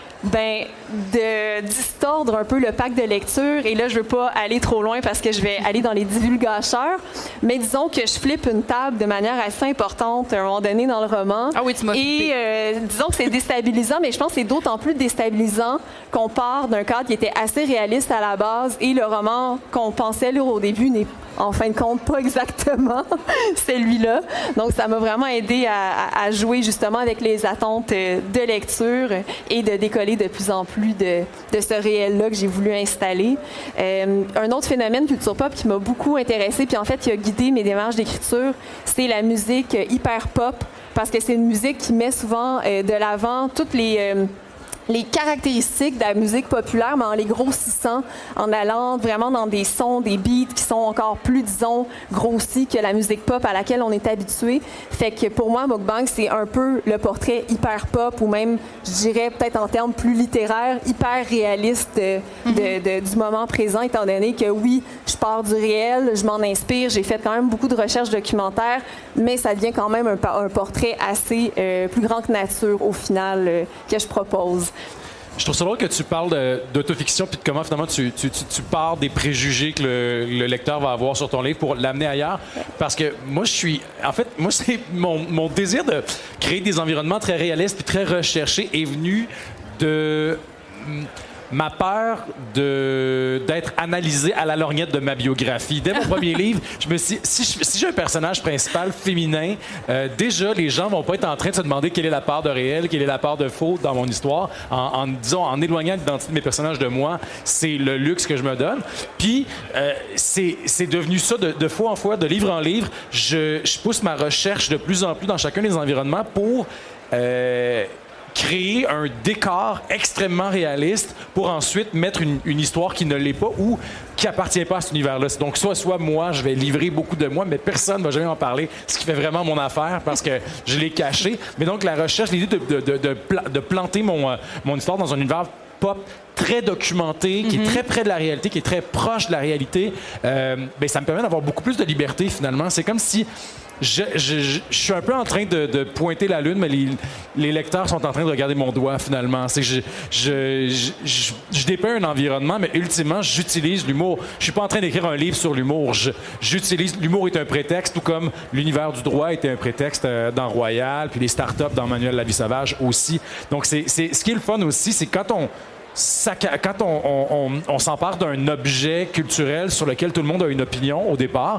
de distordre un peu le pack de lecture. Et là, je veux pas aller trop loin parce que je vais aller dans les divulgateurs. Mais disons que je flippe une table de manière assez importante à un moment donné dans le roman. Ah oui, tu m'as flippé. Et disons que c'est déstabilisant, mais je pense que c'est d'autant plus déstabilisant qu'on part d'un cadre qui était assez réaliste à la base et le roman qu'on pensait lire au début n'est en fin de compte pas exactement celui-là. Donc, ça m'a vraiment aidé à jouer justement avec les attentes de lecture et de décoller de plus en plus de ce réel-là que j'ai voulu installer. Un autre phénomène culture pop qui m'a beaucoup intéressée, puis en fait, qui a guidé mes démarches d'écriture, c'est la musique hyper pop, parce que c'est une musique qui met souvent de l'avant toutes les caractéristiques de la musique populaire, mais en les grossissant, en allant vraiment dans des sons, des beats qui sont encore plus, disons, grossis que la musique pop à laquelle on est habitué. Fait que pour moi, Mukbang, c'est un peu le portrait hyper pop, ou même, je dirais, peut-être en termes plus littéraires, hyper réaliste du moment présent, étant donné que oui, je pars du réel, je m'en inspire, j'ai fait quand même beaucoup de recherches documentaires, mais ça devient quand même un portrait assez plus grand que nature, au final, que je propose. Je trouve ça drôle que tu parles d'autofiction puis de comment finalement tu pars des préjugés que le lecteur va avoir sur ton livre pour l'amener ailleurs. Parce que moi, c'est mon désir de créer des environnements très réalistes puis très recherchés est venu de ma peur d'être analysé à la lorgnette de ma biographie. Dès mon premier livre, je me suis dit, si j'ai un personnage principal féminin, déjà, les gens vont pas être en train de se demander quelle est la part de réel, quelle est la part de faux dans mon histoire. En éloignant l'identité de mes personnages de moi, c'est le luxe que je me donne. Puis, c'est devenu ça de fois en fois, de livre en livre. Je pousse ma recherche de plus en plus dans chacun des environnements pour créer un décor extrêmement réaliste pour ensuite mettre une histoire qui ne l'est pas ou qui appartient pas à cet univers-là. Donc, soit moi, je vais livrer beaucoup de moi, mais personne ne va jamais en parler, ce qui fait vraiment mon affaire parce que je l'ai caché. Mais donc, la recherche, l'idée de planter mon histoire dans un univers pop très documenté, qui est très près de la réalité, qui est très proche de la réalité, ça me permet d'avoir beaucoup plus de liberté, finalement. C'est comme si je suis un peu en train de pointer la lune, mais les lecteurs sont en train de regarder mon doigt, finalement. C'est que je dépeins un environnement, mais ultimement, j'utilise l'humour. Je suis pas en train d'écrire un livre sur l'humour. L'humour est un prétexte, tout comme l'univers du droit était un prétexte dans Royal, puis les startups dans Manuel La Vie Sauvage aussi. Donc, ce qui est le fun aussi, c'est quand on s'empare d'un objet culturel sur lequel tout le monde a une opinion au départ,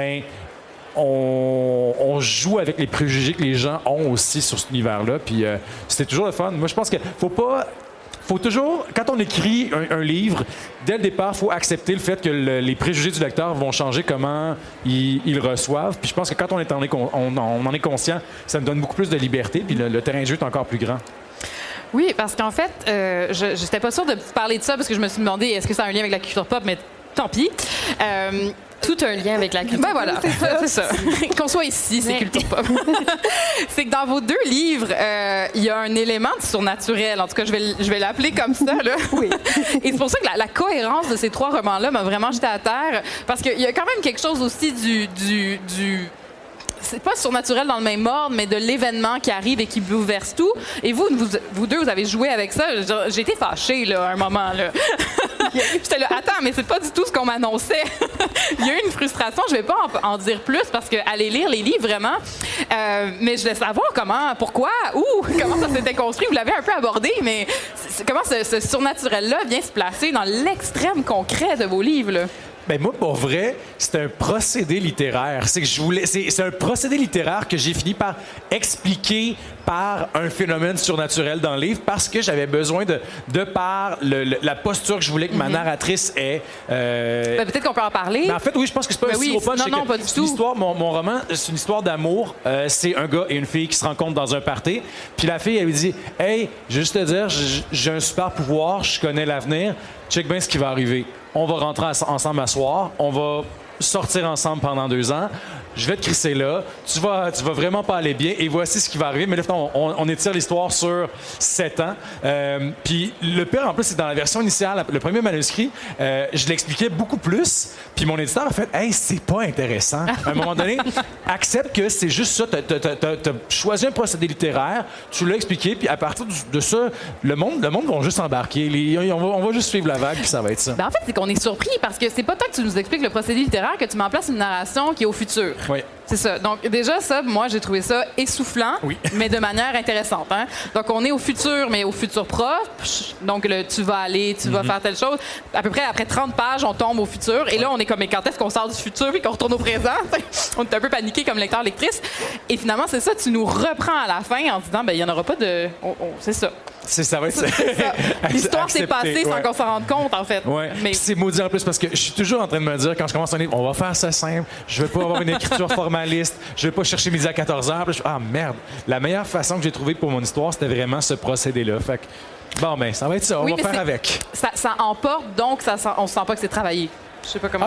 on joue avec les préjugés que les gens ont aussi sur cet univers-là. Puis c'était toujours le fun. Moi, je pense que faut toujours, quand on écrit un livre, dès le départ, il faut accepter le fait que les préjugés du lecteur vont changer comment ils le reçoivent. Puis je pense que quand on en est conscient, ça me donne beaucoup plus de liberté. Puis le terrain de jeu est encore plus grand. Oui, parce qu'en fait, je n'étais pas sûre de parler de ça parce que je me suis demandé est-ce que ça a un lien avec la culture pop, mais tant pis. Tout un lien avec la culture pop. Voilà, c'est ça. Qu'on soit ici, c'est culture pop. C'est que dans vos deux livres, il y a un élément de surnaturel. En tout cas, je vais l'appeler comme ça. Là. Oui. Et c'est pour ça que la cohérence de ces trois romans-là m'a vraiment jetée à terre. Parce qu'il y a quand même quelque chose aussi du c'est pas surnaturel dans le même ordre, mais de l'événement qui arrive et qui bouleverse tout. Et vous deux, vous avez joué avec ça. J'ai été fâchée, là, à un moment, là. J'étais là, attends, mais c'est pas du tout ce qu'on m'annonçait. Il y a eu une frustration. Je vais pas en dire plus parce que aller lire les livres, vraiment. Mais je voulais savoir pourquoi, comment ça s'était construit. Vous l'avez un peu abordé, mais comment ce surnaturel-là vient se placer dans l'extrême concret de vos livres, là? Moi, pour vrai, c'est un procédé littéraire. C'est un procédé littéraire que j'ai fini par expliquer par un phénomène surnaturel dans le livre parce que j'avais besoin de par la posture que je voulais que ma narratrice ait. Peut-être qu'on peut en parler. Mais en fait, oui, je pense que c'est pas un sirop punch. Non, pas du tout. Mon roman, c'est une histoire d'amour. C'est un gars et une fille qui se rencontrent dans un party. Puis la fille, elle lui dit « Hey, je vais juste te dire, j'ai un super pouvoir, je connais l'avenir. Check bien ce qui va arriver. On va rentrer ensemble à soir, on va sortir ensemble pendant 2 ans. Je vais te crisser là. Tu vas vraiment pas aller bien. Et voici ce qui va arriver. Mais là, on étire l'histoire sur 7 ans. Puis le pire, en plus, c'est dans la version initiale, le premier manuscrit, je l'expliquais beaucoup plus. Puis mon éditeur a fait « Hey, c'est pas intéressant. » À un moment donné, accepte que c'est juste ça. T'as choisi un procédé littéraire, tu l'as expliqué, puis à partir de ça, le monde va juste embarquer. On va juste suivre la vague, puis ça va être ça. Ben en fait, c'est qu'on est surpris parce que c'est pas tant que tu nous expliques le procédé littéraire que tu mets en place une narration qui est au futur. Oui. C'est ça. Donc, déjà, ça, moi, j'ai trouvé ça essoufflant, mais de manière intéressante. Hein? Donc, on est au futur, mais au futur proche. Donc, tu vas faire telle chose. À peu près après 30 pages, on tombe au futur. Et là, on est comme, mais quand est-ce qu'on sort du futur et qu'on retourne au présent? On est un peu paniqué comme lecteur, lectrice. Et finalement, c'est ça, tu nous reprends à la fin en disant, ben il n'y en aura pas de... c'est ça. Ça va être ça. L'histoire s'est passée sans qu'on s'en rende compte, en fait. Ouais. Mais c'est maudit en plus parce que je suis toujours en train de me dire, quand je commence un livre, on va faire ça simple, je vais pas avoir une écriture formaliste, je vais pas chercher midi à 14h. Ah merde, la meilleure façon que j'ai trouvée pour mon histoire, c'était vraiment ce procédé-là. Fait que, bon, ben, ça va être ça, on va faire avec. Ça emporte, donc on sent pas que c'est travaillé. Je sais pas comment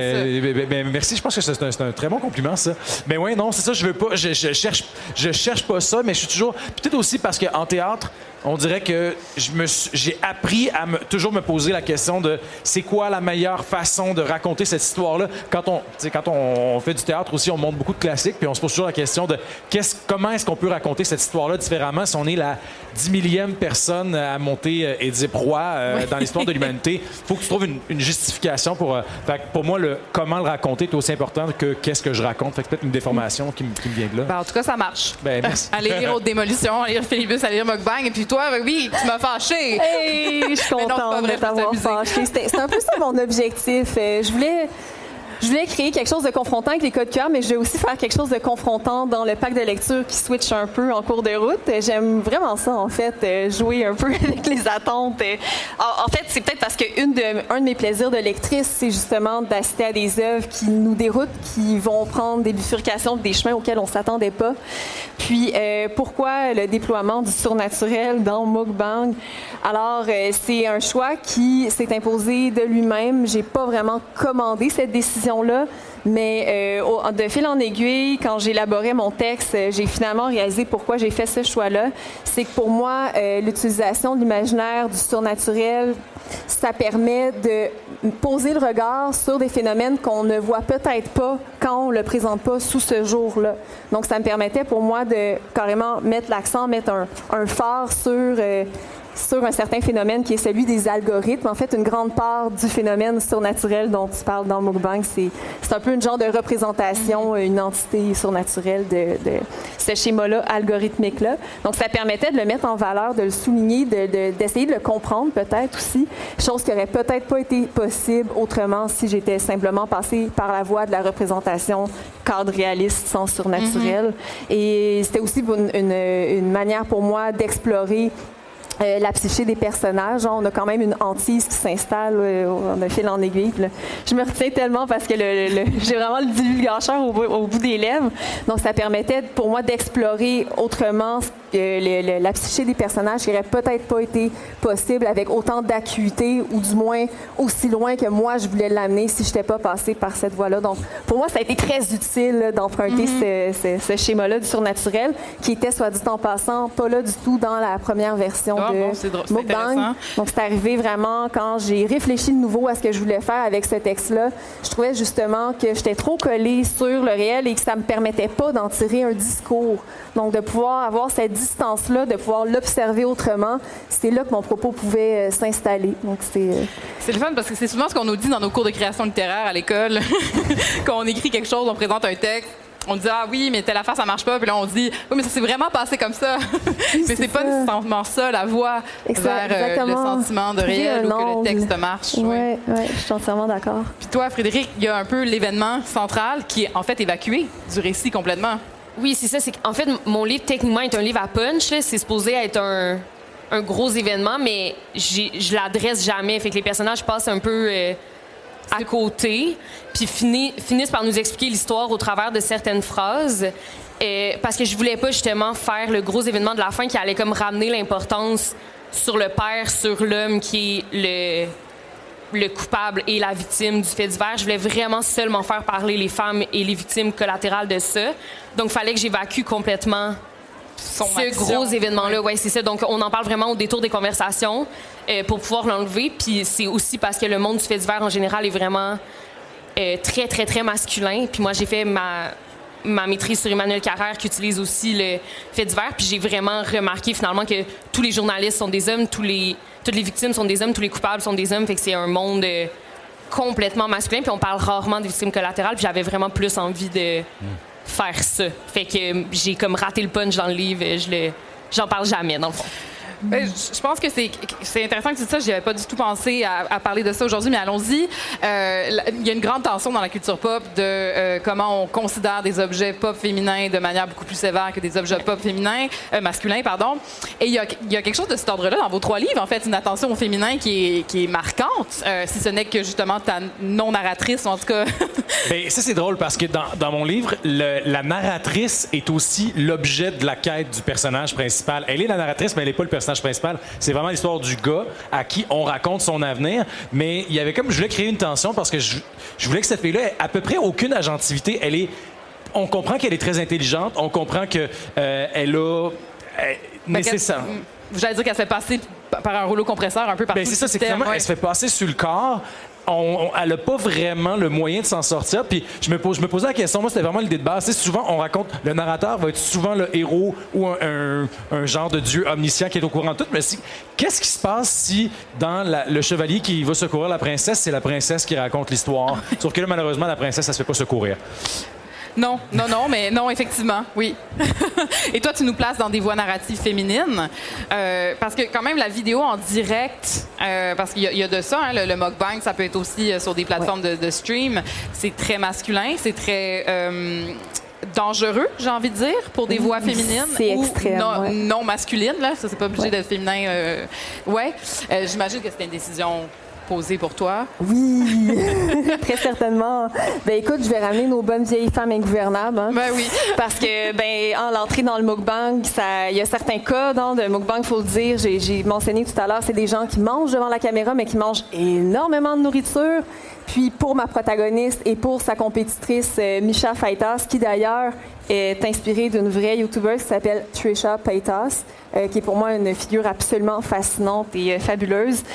ben, merci, je pense que c'est un très bon compliment, ça. Mais ouais, non, c'est ça, je veux pas, je cherche pas ça, mais je suis toujours, peut-être aussi parce qu'en théâtre, on dirait que j'ai appris à toujours me poser la question de c'est quoi la meilleure façon de raconter cette histoire-là. Quand on fait du théâtre aussi, on montre beaucoup de classiques, puis on se pose toujours la question de comment est-ce qu'on peut raconter cette histoire-là différemment si on est la 10 millième personne à monter Édipe Roi dans l'histoire de l'humanité. Il faut que tu trouves une justification pour... fait que pour moi, comment le raconter est aussi important que qu'est-ce que je raconte. Fait que peut-être une déformation qui me vient de là. Ben, en tout cas, ça marche. Ben, merci. Allez lire Haute Démolition, allez lire Philibus, allez lire Mukbang, et puis toi, oui, tu m'as fâché. Hey, je suis contente de t'avoir fâché. C'est un peu ça mon objectif. Je voulais créer quelque chose de confrontant avec les codes cœur, mais je vais aussi faire quelque chose de confrontant dans le pack de lecture qui switch un peu en cours de route. J'aime vraiment ça, en fait, jouer un peu avec les attentes. En fait, c'est peut-être parce que un de mes plaisirs de lectrice, c'est justement d'assister à des œuvres qui nous déroutent, qui vont prendre des bifurcations, des chemins auxquels on ne s'attendait pas. Puis, pourquoi le déploiement du surnaturel dans Mukbang? Alors, c'est un choix qui s'est imposé de lui-même. J'ai pas vraiment commandé cette décision-là, mais de fil en aiguille, quand j'élaborais mon texte, j'ai finalement réalisé pourquoi j'ai fait ce choix-là. C'est que pour moi, l'utilisation de l'imaginaire, du surnaturel, ça permet de poser le regard sur des phénomènes qu'on ne voit peut-être pas quand on ne le présente pas sous ce jour-là. Donc, ça me permettait pour moi de carrément mettre l'accent, mettre un phare sur un certain phénomène qui est celui des algorithmes. En fait, une grande part du phénomène surnaturel dont tu parles dans Mukbang, c'est un peu une genre de représentation, une entité surnaturelle de ce schéma-là, algorithmique-là. Donc, ça permettait de le mettre en valeur, de le souligner, d'essayer de le comprendre peut-être aussi, chose qui n'aurait peut-être pas été possible autrement si j'étais simplement passée par la voie de la représentation cadre réaliste sans surnaturel. Et c'était aussi une manière pour moi d'explorer la psyché des personnages. On a quand même une hantise qui s'installe de fil en aiguille. Là, je me retiens tellement parce que j'ai vraiment le divulgateur au bout des lèvres. Donc, ça permettait pour moi d'explorer autrement la psyché des personnages qui n'aurait peut-être pas été possible avec autant d'acuité ou du moins aussi loin que moi je voulais l'amener si je n'étais pas passée par cette voie-là. Donc, pour moi, ça a été très utile d'emprunter ce schéma-là du surnaturel qui était, soit dit en passant, pas là du tout dans la première version de Mukbang. Donc, c'est arrivé vraiment quand j'ai réfléchi de nouveau à ce que je voulais faire avec ce texte-là. Je trouvais justement que j'étais trop collée sur le réel et que ça me permettait pas d'en tirer un discours. Donc, de pouvoir avoir cette distance-là, de pouvoir l'observer autrement, c'est là que mon propos pouvait s'installer. Donc, c'est le fun parce que c'est souvent ce qu'on nous dit dans nos cours de création littéraire à l'école. Quand on écrit quelque chose, on présente un texte, on dit « Ah oui, mais telle affaire, ça marche pas. » Puis là, on dit « Oui, mais ça s'est vraiment passé comme ça. » Mais c'est pas nécessairement ça, la voie vers le sentiment de réel ou que le texte marche. Oui, je suis entièrement d'accord. Puis toi, Frédéric, il y a un peu l'événement central qui est en fait évacué du récit complètement. Oui, c'est ça. C'est qu'en fait, mon livre, techniquement, est un livre à punch. Là. C'est supposé être un gros événement, mais je l'adresse jamais. Fait que les personnages passent un peu à côté, puis finissent par nous expliquer l'histoire au travers de certaines phrases. Parce que je voulais pas, justement, faire le gros événement de la fin qui allait comme ramener l'importance sur le père, sur l'homme qui est le coupable et la victime du fait divers. Je voulais vraiment seulement faire parler les femmes et les victimes collatérales de ça. Donc, il fallait que j'évacue complètement ce gros événement-là. Ouais, c'est ça. Donc, on en parle vraiment au détour des conversations pour pouvoir l'enlever. Puis c'est aussi parce que le monde du fait divers, en général, est vraiment très, très, très masculin. Puis moi, j'ai fait ma maîtrise sur Emmanuel Carrère qui utilise aussi le fait divers. Puis j'ai vraiment remarqué finalement que tous les journalistes sont des hommes, toutes les victimes sont des hommes, tous les coupables sont des hommes. Fait que c'est un monde complètement masculin. Puis on parle rarement des victimes collatérales. Puis j'avais vraiment plus envie de faire ça. Fait que j'ai comme raté le punch dans le livre. J'en parle jamais, dans le fond. Je pense que c'est intéressant que tu dis ça. Je n'avais pas du tout pensé à parler de ça aujourd'hui, mais allons-y. Il y a une grande tension dans la culture pop de comment on considère des objets pop féminins de manière beaucoup plus sévère que des objets pop masculins. Et il y a quelque chose de cet ordre-là dans vos 3 livres, en fait, une attention au féminin qui est marquante, si ce n'est que justement ta non-narratrice, en tout cas. Bien, ça, c'est drôle parce que dans mon livre, la narratrice est aussi l'objet de la quête du personnage principal. Elle est la narratrice, mais elle n'est pas le personnage principal. C'est vraiment l'histoire du gars à qui on raconte son avenir. Mais il y avait je voulais créer une tension parce que je voulais que cette fille-là ait à peu près aucune agentivité. On comprend qu'elle est très intelligente. On comprend que elle a nécessaire. J'allais dire qu'elle se fait passer par un rouleau compresseur un peu partout. Ben, c'est ça, c'est que elle se fait passer sur le corps. Elle n'a pas vraiment le moyen de s'en sortir. Puis je me posais la question, moi, c'était vraiment l'idée de base. Souvent, on raconte, le narrateur va être souvent le héros ou un genre de dieu omniscient qui est au courant de tout. Mais qu'est-ce qui se passe si, dans le chevalier qui va secourir la princesse, c'est la princesse qui raconte l'histoire? Sauf que là, malheureusement, la princesse, elle se fait pas secourir. Non, mais non, effectivement, oui. Et toi, tu nous places dans des voies narratives féminines, parce que quand même, la vidéo en direct, parce qu'il y a de ça, hein, le mukbang, ça peut être aussi sur des plateformes de stream, c'est très masculin, c'est très dangereux, j'ai envie de dire, pour des voix féminines. C'est extrême, non masculines, là, ça, c'est pas obligé d'être féminin. J'imagine que c'était une décision posée pour toi. Oui, très certainement. Ben écoute, je vais ramener nos bonnes vieilles femmes ingouvernables. Hein, ben oui. Parce que, en l'entrée dans le mukbang, il y a certains cas dans le mukbang, il faut le dire, j'ai mentionné tout à l'heure, c'est des gens qui mangent devant la caméra, mais qui mangent énormément de nourriture. Puis pour ma protagoniste et pour sa compétitrice, Misha Faitas, qui d'ailleurs est inspirée d'une vraie YouTuber qui s'appelle Trisha Paytas, qui est pour moi une figure absolument fascinante et fabuleuse.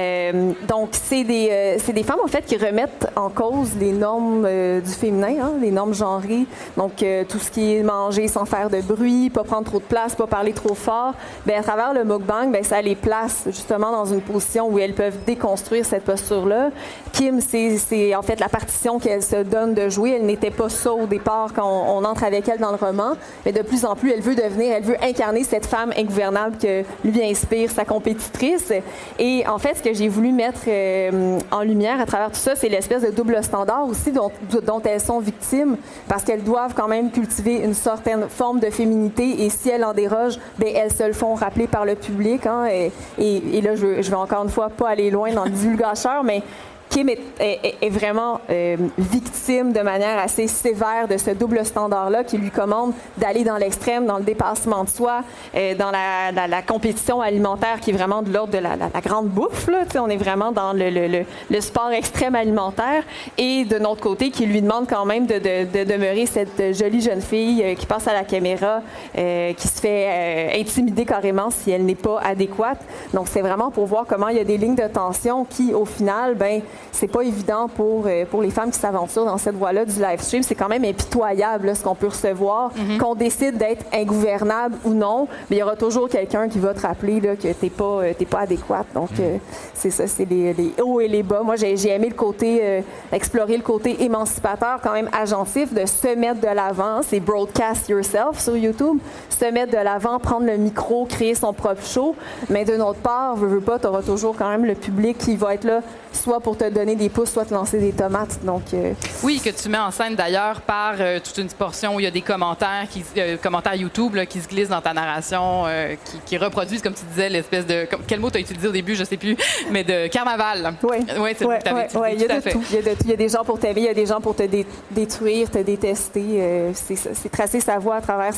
Donc, c'est des femmes, en fait, qui remettent en cause les normes du féminin, hein, les normes genrées. Donc, tout ce qui est manger sans faire de bruit, pas prendre trop de place, pas parler trop fort. Bien, à travers le mukbang, bien, ça les place justement dans une position où elles peuvent déconstruire cette posture-là. Kim, c'est en fait la partition qu'elle se donne de jouer. Elle n'était pas ça au départ quand on entre avec elle dans le roman, mais de plus en plus, elle veut incarner cette femme ingouvernable que lui inspire sa compétitrice. Et en fait, ce que j'ai voulu mettre en lumière à travers tout ça, c'est l'espèce de double standard aussi dont elles sont victimes, parce qu'elles doivent quand même cultiver une certaine forme de féminité, et si elles en dérogent, bien, elles se le font rappeler par le public. Hein, et là, je vais encore une fois pas aller loin dans le divulgateur, mais Kim est vraiment victime de manière assez sévère de ce double standard-là qui lui commande d'aller dans l'extrême, dans le dépassement de soi, dans la compétition alimentaire qui est vraiment de l'ordre de la grande bouffe. Là. On est vraiment dans le sport extrême alimentaire. Et de notre côté, qui lui demande quand même de demeurer cette jolie jeune fille qui passe à la caméra, qui se fait intimider carrément si elle n'est pas adéquate. Donc, c'est vraiment pour voir comment il y a des lignes de tension qui, au final, ben c'est pas évident pour les femmes qui s'aventurent dans cette voie-là du live stream. C'est quand même impitoyable là, ce qu'on peut recevoir. Qu'on décide d'être ingouvernable ou non, mais il y aura toujours quelqu'un qui va te rappeler là, que t'es pas adéquate. Donc, c'est ça, c'est les hauts et les bas. Moi, j'ai aimé le côté, explorer le côté émancipateur, quand même agentif, de se mettre de l'avant. C'est broadcast yourself sur YouTube. Se mettre de l'avant, prendre le micro, créer son propre show. Mais de notre part, veux pas, t'auras toujours quand même le public qui va être là, soit pour te te donner des pouces, soit te lancer des tomates. Donc, Oui, que tu mets en scène d'ailleurs par toute une portion où il y a des commentaires, commentaires YouTube là, qui se glissent dans ta narration, qui reproduisent, comme tu disais, l'espèce de... Quel mot tu as utilisé au début, je sais plus, mais de carnaval. Oui, c'est le mot que tu avais utilisé, il y a de tout. Il y a des gens pour t'aimer, il y a des gens pour te détruire, te détester. C'est tracer sa voie à travers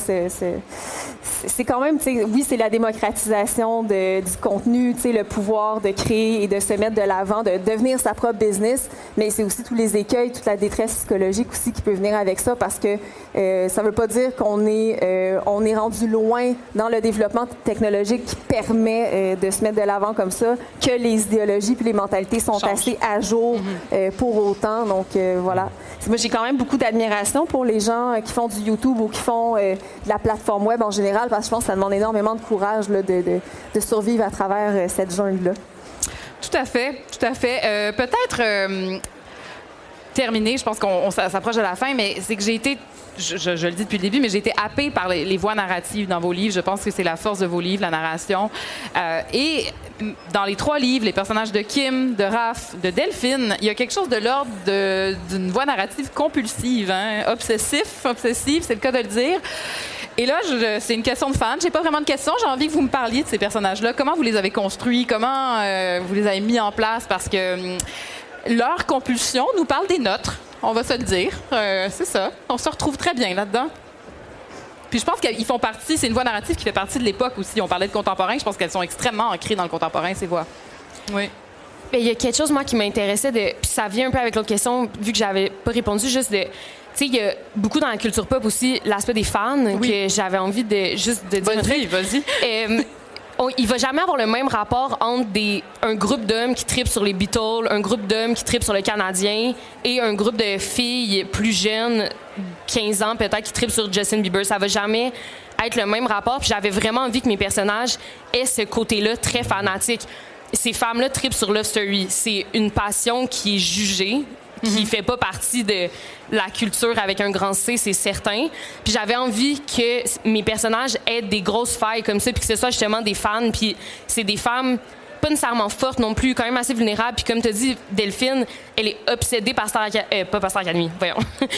c'est quand même, oui, c'est la démocratisation du contenu, le pouvoir de créer et de se mettre de l'avant, de devenir sa propre business, mais c'est aussi tous les écueils, toute la détresse psychologique aussi qui peut venir avec ça, parce que ça ne veut pas dire qu'on est rendu loin dans le développement technologique qui permet de se mettre de l'avant comme ça, que les idéologies puis les mentalités sont assez à jour pour autant. Donc, voilà. Moi, j'ai quand même beaucoup d'admiration pour les gens qui font du YouTube ou qui font de la plateforme web en général, parce que je pense que ça demande énormément de courage là, de survivre à travers cette jungle-là. Tout à fait, tout à fait. Peut-être terminé, je pense qu'on s'approche de la fin, mais c'est que j'ai été, je le dis depuis le début, mais j'ai été happée par les voix narratives dans vos livres. Je pense que c'est la force de vos livres, la narration. Et dans les 3 livres, les personnages de Kim, de Raph, de Delphine, il y a quelque chose de l'ordre d'une voix narrative compulsive, hein? Obsessive, c'est le cas de le dire. Et là, c'est une question de fan. J'ai pas vraiment de questions. J'ai envie que vous me parliez de ces personnages-là. Comment vous les avez construits? Comment vous les avez mis en place? Parce que leur compulsion nous parle des nôtres, on va se le dire. C'est ça. On se retrouve très bien là-dedans. Puis je pense qu'ils font partie, c'est une voix narrative qui fait partie de l'époque aussi. On parlait de contemporain, je pense qu'elles sont extrêmement ancrées dans le contemporain, ces voix. Oui. Il y a quelque chose, moi, qui m'intéressait, puis ça vient un peu avec l'autre question, vu que j'avais pas répondu, juste de... Tu sais, il y a beaucoup dans la culture pop aussi l'aspect des fans, que j'avais envie de juste de dire. Vas-y. Il va jamais avoir le même rapport entre un groupe d'hommes qui trippent sur les Beatles, un groupe d'hommes qui trippent sur le Canadien et un groupe de filles plus jeunes, 15 ans peut-être, qui trippent sur Justin Bieber. Ça va jamais être le même rapport. Puis j'avais vraiment envie que mes personnages aient ce côté-là très fanatique. Ces femmes-là trippent sur Love Story. C'est une passion qui est jugée, qui fait pas partie de la culture avec un grand C, c'est certain. Puis j'avais envie que mes personnages aient des grosses failles comme ça, puis que ce soit justement des fans, puis c'est des femmes pas nécessairement fortes non plus, quand même assez vulnérables. Puis comme tu as dit, Delphine, elle est obsédée par Star Academy. Pas par Star Academy, voyons.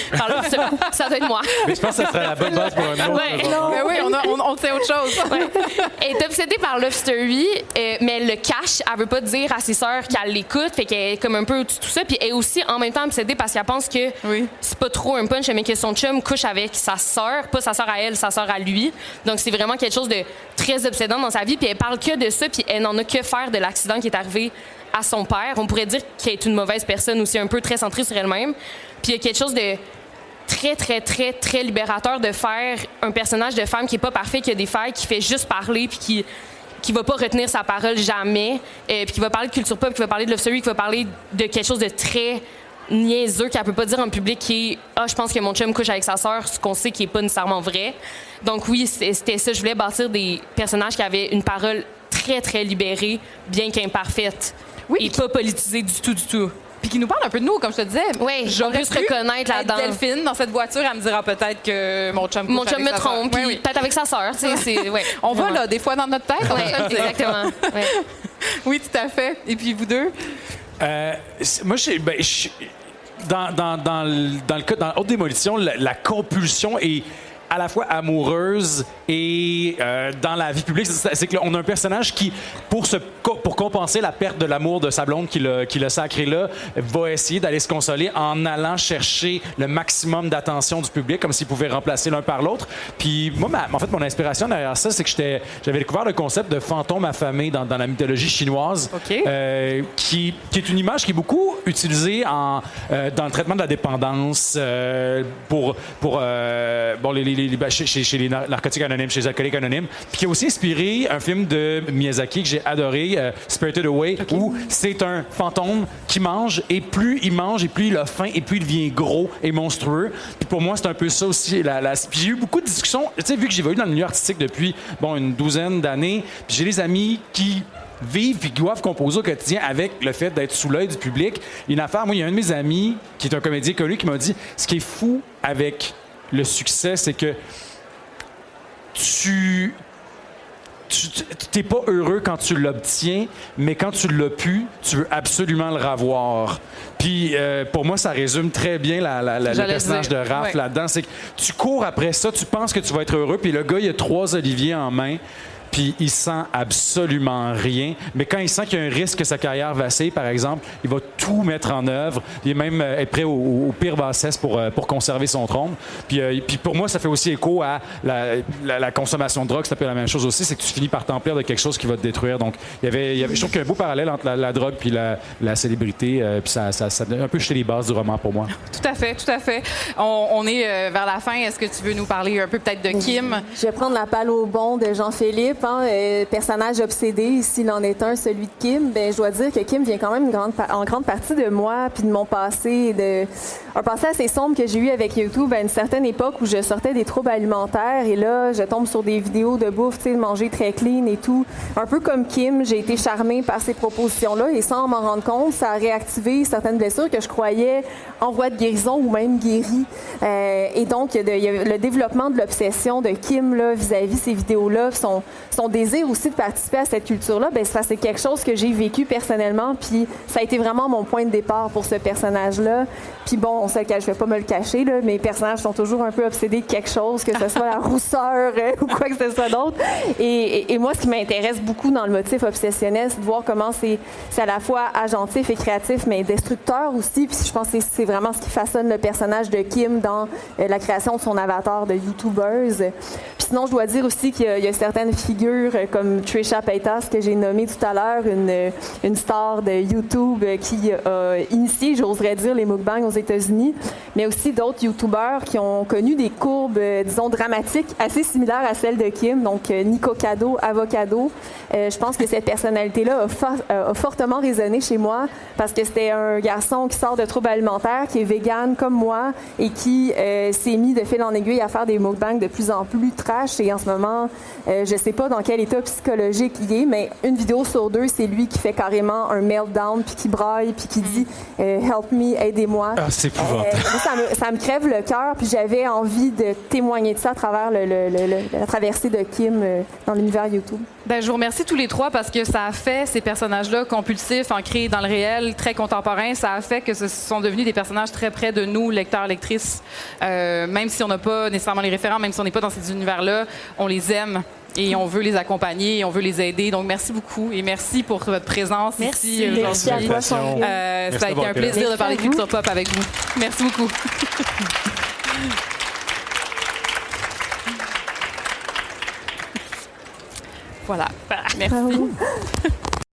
Ça doit être moi. Mais je pense que ça serait la bonne base pour un autre. Mais oui, on sait autre chose. Ouais. Elle est obsédée par Love Story, mais elle le cache. Elle veut pas dire à ses sœurs qu'elle l'écoute, fait qu'elle est comme un peu tout ça. Puis elle est aussi en même temps obsédée parce qu'elle pense que c'est pas trop un punch, mais que son chum couche avec sa sœur, pas sa sœur à elle, sa sœur à lui. Donc c'est vraiment quelque chose de très obsédant dans sa vie. Puis elle parle que de ça, puis elle n'en a que faire de l'accident qui est arrivé à son père. On pourrait dire qu'elle est une mauvaise personne aussi, un peu très centrée sur elle-même. Puis il y a quelque chose de très, très, très, très libérateur de faire un personnage de femme qui est pas parfait, qui a des failles, qui fait juste parler, puis qui va pas retenir sa parole jamais, puis qui va parler de culture pop, qui va parler de Love Story, qui va parler de quelque chose de très niaiseux qu'elle peut pas dire en public, qui est « Ah, je pense que mon chum couche avec sa sœur », ce qu'on sait qui est pas nécessairement vrai. Donc oui, c'était ça. Je voulais bâtir des personnages qui avaient une parole très, très libérée, bien qu'imparfaite, et pas politisée du tout. Puis qui nous parle un peu de nous, comme je te disais. Oui, j'aurais pu se reconnaître là-dedans. Delphine, dans cette voiture, elle me dira peut-être que mon chum me trompe, puis peut-être avec sa sœur. On va là, des fois dans notre tête. Oui, exactement. Ouais. Oui, tout à fait. Et puis vous deux? Moi, dans le cas, dans Haute Démolition, la compulsion est à la fois amoureuse et dans la vie publique, c'est qu'on a un personnage qui, pour compenser la perte de l'amour de sa blonde qui l'a sacré là, va essayer d'aller se consoler en allant chercher le maximum d'attention du public, comme s'ils pouvaient remplacer l'un par l'autre. Puis moi, en fait, mon inspiration derrière ça, c'est que j'avais découvert le concept de fantôme affamé dans la mythologie chinoise, qui est une image qui est beaucoup utilisée dans le traitement de la dépendance chez les narcotiques anonymes, chez les alcooliques anonymes, puis qui a aussi inspiré un film de Miyazaki que j'ai adoré, Spirited Away, où c'est un fantôme qui mange, et plus il mange, et plus il a faim, et plus il devient gros et monstrueux. Puis pour moi, c'est un peu ça aussi. Puis j'ai eu beaucoup de discussions, tu sais, vu que j'évolue dans le milieu artistique depuis une douzaine d'années, puis j'ai des amis qui vivent puis qui doivent composer au quotidien avec le fait d'être sous l'œil du public. Une affaire, moi, il y a un de mes amis qui est un comédien connu qui m'a dit, ce qui est fou avec le succès, c'est que tu t'es pas heureux quand tu l'obtiens, mais quand tu l'as pu, tu veux absolument le revoir. Puis pour moi, ça résume très bien le personnage de Raph là-dedans. C'est que tu cours après ça, tu penses que tu vas être heureux, puis le gars, il a 3 oliviers en main. Puis il sent absolument rien. Mais quand il sent qu'il y a un risque que sa carrière vacille, par exemple, il va tout mettre en œuvre. Il est même être prêt au pire bassesse pour conserver son trône. Puis pour moi, ça fait aussi écho à la consommation de drogue. C'est un peu la même chose aussi, c'est que tu finis par t'emplir de quelque chose qui va te détruire. Donc, je trouve qu'il y a un beau parallèle entre la drogue puis la célébrité. Puis ça un peu jeter les bases du roman pour moi. Tout à fait, tout à fait. On est vers la fin. Est-ce que tu veux nous parler un peu peut-être de Kim? Je vais prendre la balle au bond de Jean-Philippe. Personnage obsédé, ici, il en est un, celui de Kim. Ben, je dois dire que Kim vient quand même en grande partie de moi, puis de mon passé, un passé assez sombre que j'ai eu avec YouTube à une certaine époque où je sortais des troubles alimentaires. Et là, je tombe sur des vidéos de bouffe, tu sais, de manger très clean et tout. Un peu comme Kim, j'ai été charmée par ces propositions-là et sans m'en rendre compte, ça a réactivé certaines blessures que je croyais en voie de guérison ou même guéries. Et donc, il y a le développement de l'obsession de Kim là, vis-à-vis ces vidéos-là, son désir aussi de participer à cette culture-là, ben c'est quelque chose que j'ai vécu personnellement, puis ça a été vraiment mon point de départ pour ce personnage-là. Puis bon, on sait que je vais pas me le cacher, là, mes personnages sont toujours un peu obsédés de quelque chose, que ce soit la rousseur ou quoi que ce soit d'autre. Et moi, ce qui m'intéresse beaucoup dans le motif obsessionnel, c'est de voir comment c'est à la fois agentif et créatif, mais destructeur aussi. Puis je pense que c'est vraiment ce qui façonne le personnage de Kim dans la création de son avatar de YouTubeuse. Puis sinon, je dois dire aussi qu'il y a certaines figures comme Trisha Paytas, que j'ai nommée tout à l'heure, une star de YouTube qui a initié, j'oserais dire, les mukbangs aux États-Unis, mais aussi d'autres YouTubeurs qui ont connu des courbes, disons, dramatiques, assez similaires à celles de Kim, donc Nico Cado, Avocado. Je pense que cette personnalité-là a fortement résonné chez moi parce que c'était un garçon qui sort de troubles alimentaires, qui est vegan comme moi et qui s'est mis de fil en aiguille à faire des mukbangs de plus en plus trash. Et en ce moment, je sais pas dans quel état psychologique il est, mais une vidéo sur 2, c'est lui qui fait carrément un meltdown, puis qui braille, puis qui dit « Help me, aidez-moi ». Ah, c'est épouvantable. Ça me crève le cœur, puis j'avais envie de témoigner de ça à travers la traversée de Kim dans l'univers YouTube. Ben, je vous remercie tous les trois parce que ça a fait ces personnages-là compulsifs, ancrés dans le réel, très contemporains. Ça a fait que ce sont devenus des personnages très près de nous, lecteurs, lectrices. Même si on n'a pas nécessairement les référents, même si on n'est pas dans ces univers-là, on les aime. Et on veut les accompagner, et on veut les aider. Donc, merci beaucoup et merci pour votre présence ici aujourd'hui. Merci à toi, ça a été un plaisir de parler culture pop avec vous. Merci beaucoup. Voilà. Merci.